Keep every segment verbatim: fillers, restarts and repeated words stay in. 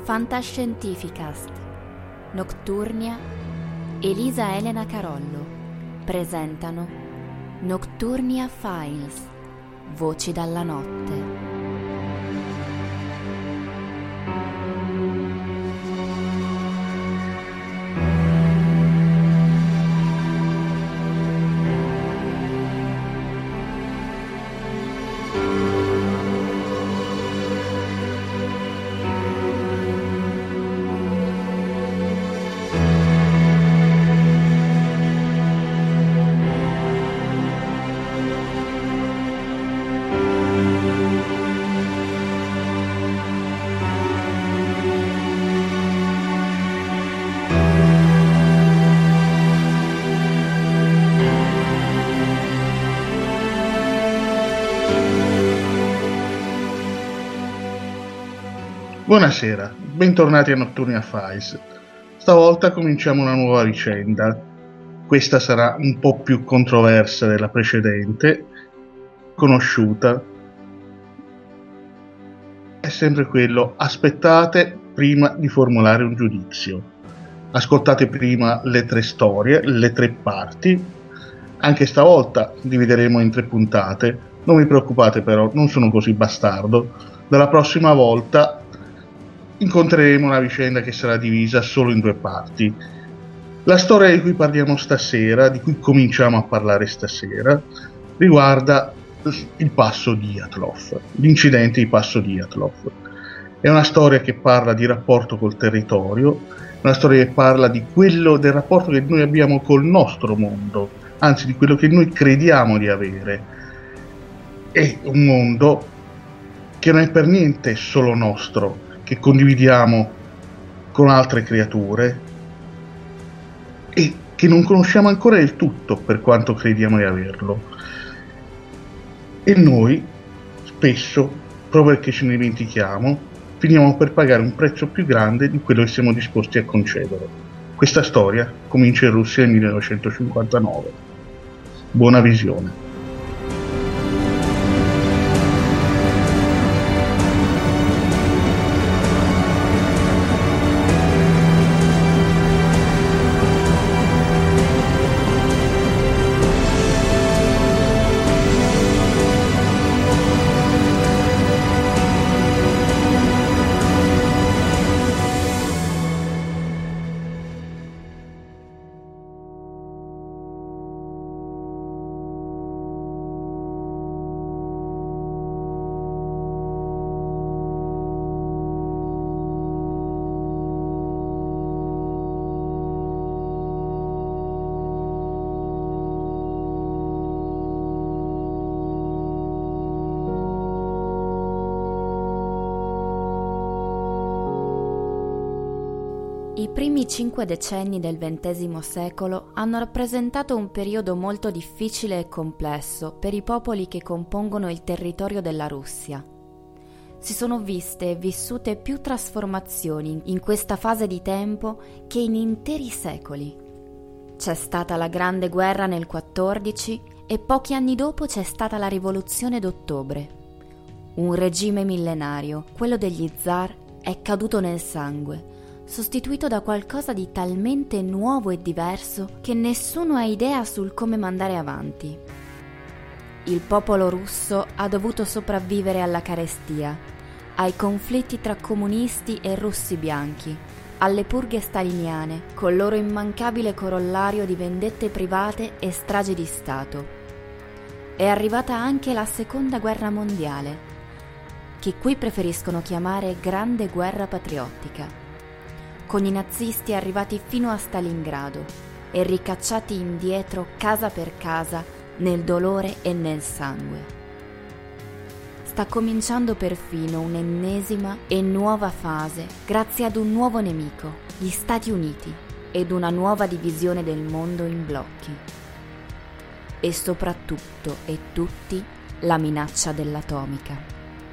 Fantascientificast, Nocturnia, Elisa Elena Carollo presentano Nocturnia Files, Voci dalla notte. Buonasera, bentornati a Nocturnia Files. Stavolta cominciamo una nuova vicenda. Questa sarà un po' più controversa della precedente, conosciuta. È sempre quello: aspettate prima di formulare un giudizio. Ascoltate prima le tre storie, le tre parti. Anche stavolta divideremo in tre puntate. Non vi preoccupate però, non sono così bastardo. Dalla prossima volta incontreremo una vicenda che sarà divisa solo in due parti. La storia di cui parliamo stasera, di cui cominciamo a parlare stasera, riguarda il passo di Dyatlov, l'incidente di passo di Dyatlov. È una storia che parla di rapporto col territorio, una storia che parla di quello, del rapporto che noi abbiamo col nostro mondo, anzi di quello che noi crediamo di avere. È un mondo che non è per niente solo nostro, che condividiamo con altre creature e che non conosciamo ancora del tutto per quanto crediamo di averlo. E noi, spesso, proprio perché ce ne dimentichiamo, finiamo per pagare un prezzo più grande di quello che siamo disposti a concedere. Questa storia comincia in Russia nel millenovecentocinquantanove. Buona visione. I primi cinque decenni del ventesimo secolo hanno rappresentato un periodo molto difficile e complesso per i popoli che compongono il territorio della Russia. Si sono viste e vissute più trasformazioni in questa fase di tempo che in interi secoli. C'è stata la Grande Guerra nel quattordici e pochi anni dopo c'è stata la Rivoluzione d'Ottobre. Un regime millenario, quello degli zar, è caduto nel sangue, sostituito da qualcosa di talmente nuovo e diverso che nessuno ha idea sul come mandare avanti. Il popolo russo ha dovuto sopravvivere alla carestia, ai conflitti tra comunisti e russi bianchi, alle purghe staliniane, col loro immancabile corollario di vendette private e stragi di Stato. È arrivata anche la Seconda Guerra Mondiale, che qui preferiscono chiamare Grande Guerra Patriottica, con i nazisti arrivati fino a Stalingrado e ricacciati indietro casa per casa nel dolore e nel sangue. Sta cominciando perfino un'ennesima e nuova fase grazie ad un nuovo nemico, gli Stati Uniti, ed una nuova divisione del mondo in blocchi. E soprattutto e tutti la minaccia dell'atomica.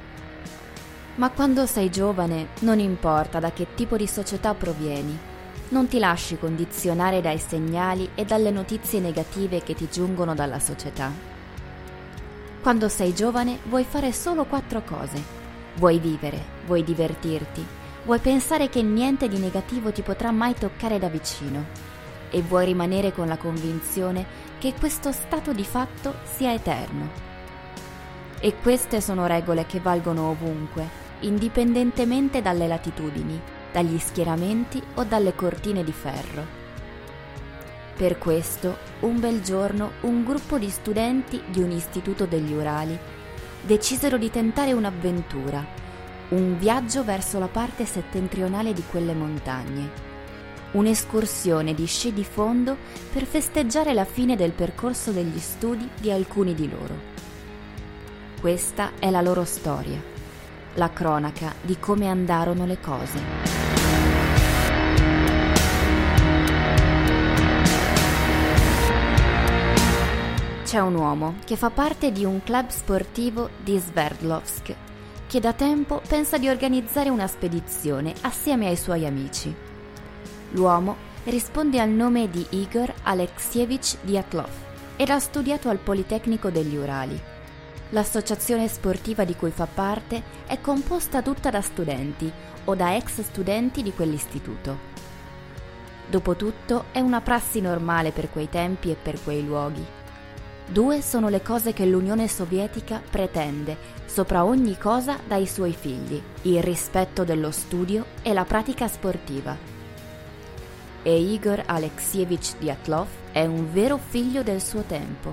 Ma quando sei giovane non importa da che tipo di società provieni, non ti lasci condizionare dai segnali e dalle notizie negative che ti giungono dalla società. Quando sei giovane vuoi fare solo quattro cose. Vuoi vivere, vuoi divertirti, vuoi pensare che niente di negativo ti potrà mai toccare da vicino e vuoi rimanere con la convinzione che questo stato di fatto sia eterno. E queste sono regole che valgono ovunque, indipendentemente dalle latitudini, dagli schieramenti o dalle cortine di ferro. Per questo, un bel giorno, un gruppo di studenti di un istituto degli Urali decisero di tentare un'avventura, un viaggio verso la parte settentrionale di quelle montagne, un'escursione di sci di fondo per festeggiare la fine del percorso degli studi di alcuni di loro. Questa è la loro storia, la cronaca di come andarono le cose. C'è un uomo che fa parte di un club sportivo di Sverdlovsk che da tempo pensa di organizzare una spedizione assieme ai suoi amici. L'uomo risponde al nome di Igor Alekseyevich Dyatlov ed ha studiato al Politecnico degli Urali. L'associazione sportiva di cui fa parte è composta tutta da studenti o da ex studenti di quell'istituto. Dopotutto è una prassi normale per quei tempi e per quei luoghi. Due sono le cose che l'Unione Sovietica pretende, sopra ogni cosa, dai suoi figli: il rispetto dello studio e la pratica sportiva. E Igor Alekseyevich Dyatlov è un vero figlio del suo tempo.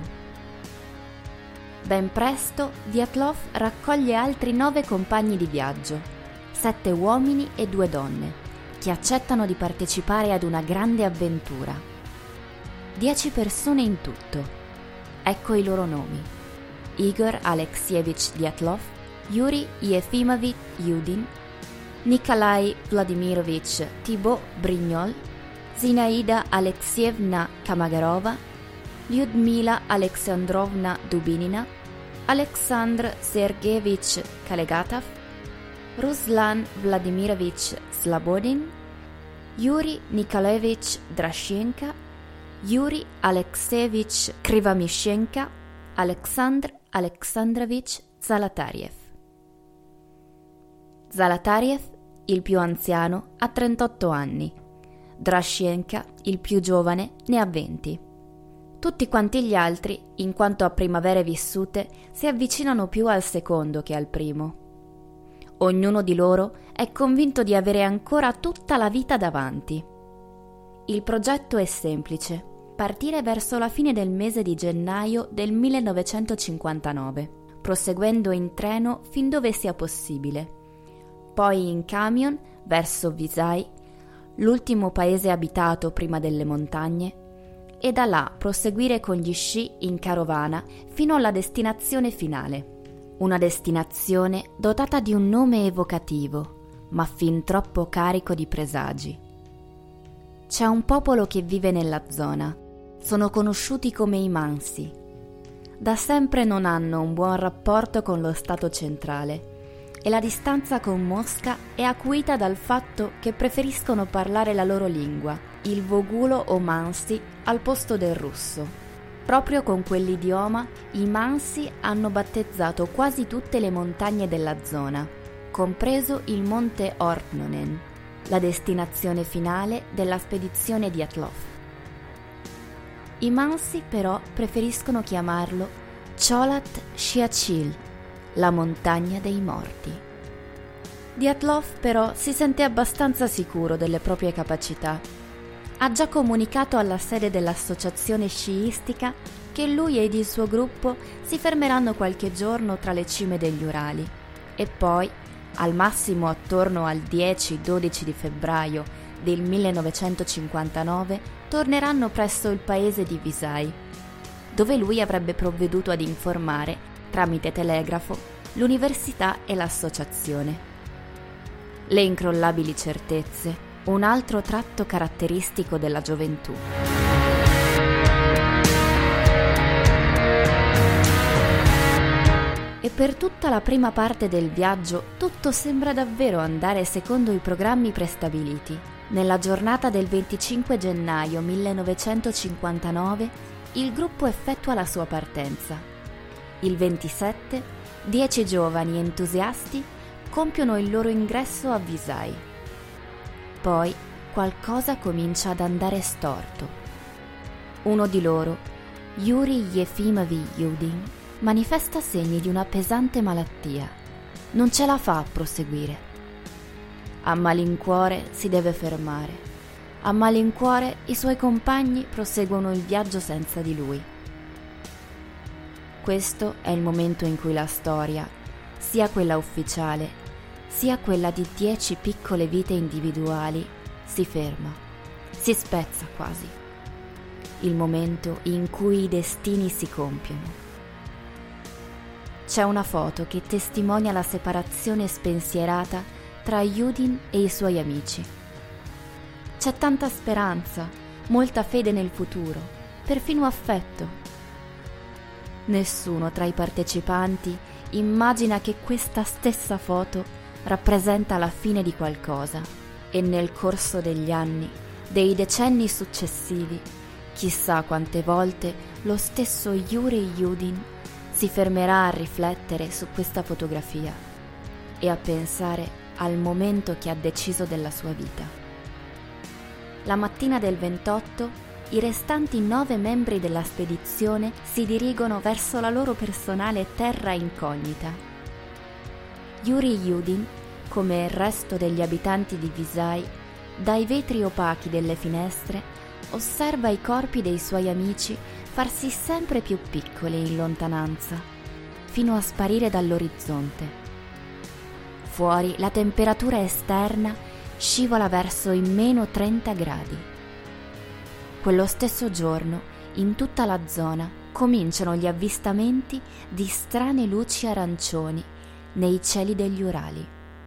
Ben presto Dyatlov raccoglie altri nove compagni di viaggio, sette uomini e due donne, che accettano di partecipare ad una grande avventura. Dieci persone in tutto. Ecco i loro nomi: Igor Alekseyevich Dyatlov, Yuri Yefimovich Yudin, Nikolai Vladimirovich Thibaut Brignol, Zinaida Alexievna Kamagarova, Lyudmila Alexandrovna Dubinina, Alexandr Sergeyevich Kalegatov, Ruslan Vladimirovich Slobodin, Yuri Nikolaevich Drashenka, Yuri Alexeyevich Krivamishenka, Alexandr Alexandrovich Zalatariev. Zalatariev, il più anziano, ha trentotto anni. Drashenka, il più giovane, ne ha venti. Tutti quanti gli altri, in quanto a primavere vissute, si avvicinano più al secondo che al primo. Ognuno di loro è convinto di avere ancora tutta la vita davanti. Il progetto è semplice: partire verso la fine del mese di gennaio del millenovecentocinquantanove, proseguendo in treno fin dove sia possibile, poi in camion verso Visay, l'ultimo paese abitato prima delle montagne, e da là proseguire con gli sci in carovana fino alla destinazione finale. Una destinazione dotata di un nome evocativo, ma fin troppo carico di presagi. C'è un popolo che vive nella zona. Sono conosciuti come i Mansi. Da sempre non hanno un buon rapporto con lo Stato centrale e la distanza con Mosca è acuita dal fatto che preferiscono parlare la loro lingua, il vogulo o Mansi, al posto del russo. Proprio con quell'idioma i Mansi hanno battezzato quasi tutte le montagne della zona, compreso il monte Ortnonen, la destinazione finale della spedizione di Dyatlov. I Mansi però preferiscono chiamarlo Cholat Shiachil, la montagna dei morti. Dyatlov però si sente abbastanza sicuro delle proprie capacità. Ha già comunicato alla sede dell'associazione sciistica che lui ed il suo gruppo si fermeranno qualche giorno tra le cime degli Urali e poi, al massimo attorno al dieci dodici di febbraio del millenovecentocinquantanove, torneranno presso il paese di Visay, dove lui avrebbe provveduto ad informare, tramite telegrafo, l'università e l'associazione. Le incrollabili certezze, un altro tratto caratteristico della gioventù. E per tutta la prima parte del viaggio tutto sembra davvero andare secondo i programmi prestabiliti. Nella giornata del venticinque gennaio millenovecentocinquantanove il gruppo effettua la sua partenza. Il ventisette, dieci giovani entusiasti compiono il loro ingresso a Visay. poi qualcosa comincia ad andare storto. Uno di loro, Yuri Yefimovich Yudin, manifesta segni di una pesante malattia. Non ce la fa a proseguire. A malincuore si deve fermare. A malincuore i suoi compagni proseguono il viaggio senza di lui. Questo è il momento in cui la storia, sia quella ufficiale, sia quella di dieci piccole vite individuali, si ferma, si spezza quasi. Il momento in cui i destini si compiono. C'è una foto che testimonia la separazione spensierata tra Yudin e i suoi amici. C'è tanta speranza, molta fede nel futuro, perfino affetto. Nessuno tra i partecipanti immagina che questa stessa foto rappresenta la fine di qualcosa e nel corso degli anni, dei decenni successivi, chissà quante volte lo stesso Yuri Yudin si fermerà a riflettere su questa fotografia e a pensare al momento che ha deciso della sua vita. La mattina del ventotto, i restanti nove membri della spedizione si dirigono verso la loro personale terra incognita. Yuri Yudin, come il resto degli abitanti di Visay, dai vetri opachi delle finestre, osserva i corpi dei suoi amici farsi sempre più piccoli in lontananza, fino a sparire dall'orizzonte. Fuori la temperatura esterna scivola verso i meno trenta gradi. Quello stesso giorno, in tutta la zona, cominciano gli avvistamenti di strane luci arancioni nei cieli degli Urali.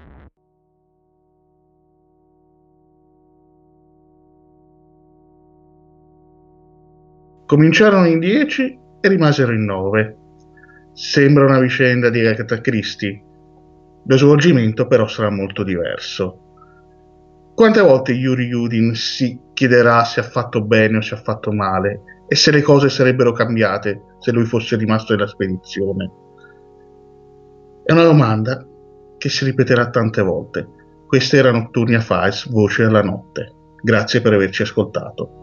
Cominciarono in dieci e rimasero in nove. Sembra una vicenda di Agatha Christie. Lo svolgimento però sarà molto diverso. Quante volte Yuri Yudin si chiederà se ha fatto bene o se ha fatto male e se le cose sarebbero cambiate se lui fosse rimasto nella spedizione? È una domanda che si ripeterà tante volte. Questa era Nocturnia Files, Voce della Notte. Grazie per averci ascoltato.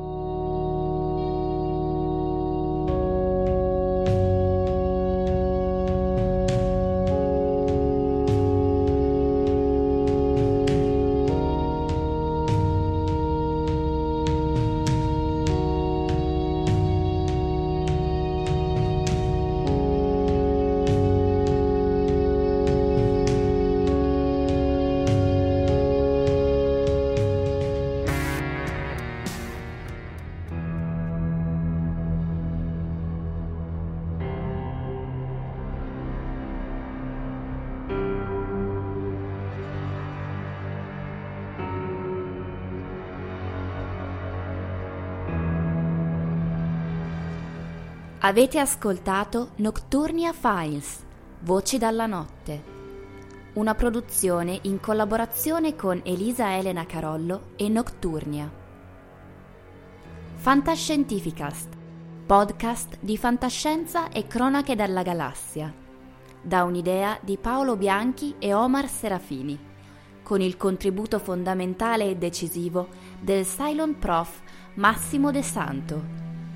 Avete ascoltato Nocturnia Files, Voci dalla Notte, una produzione in collaborazione con Elisa Elena Carollo e Nocturnia. Fantascientificast, podcast di fantascienza e cronache dalla galassia, da un'idea di Paolo Bianchi e Omar Serafini, con il contributo fondamentale e decisivo del Cylon Prof Massimo De Santo.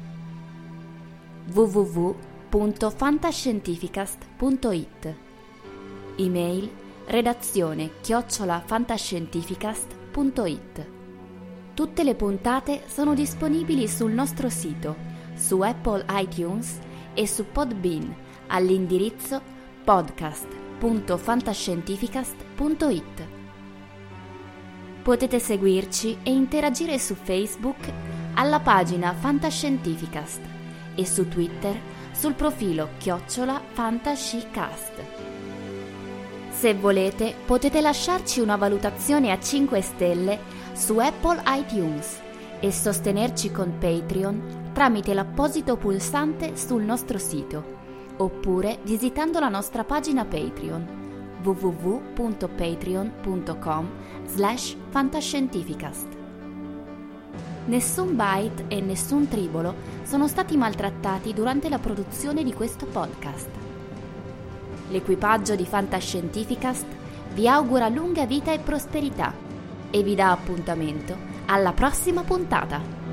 w w w punto fantascientificast punto i t. Email redazione chiocciola fantascientificast punto i t. Tutte le puntate sono disponibili sul nostro sito, su Apple iTunes e su Podbean all'indirizzo podcast punto fantascientificast punto i t. Potete seguirci e interagire su Facebook alla pagina Fantascientificast e su Twitter sul profilo chiocciola fantascicast. Se volete potete lasciarci una valutazione a cinque stelle su Apple iTunes e sostenerci con Patreon tramite l'apposito pulsante sul nostro sito, oppure visitando la nostra pagina Patreon w w w punto patreon punto com slash fantascientificast. Nessun byte e nessun tribolo sono stati maltrattati durante la produzione di questo podcast. L'equipaggio di Fantascientificast vi augura lunga vita e prosperità e vi dà appuntamento alla prossima puntata.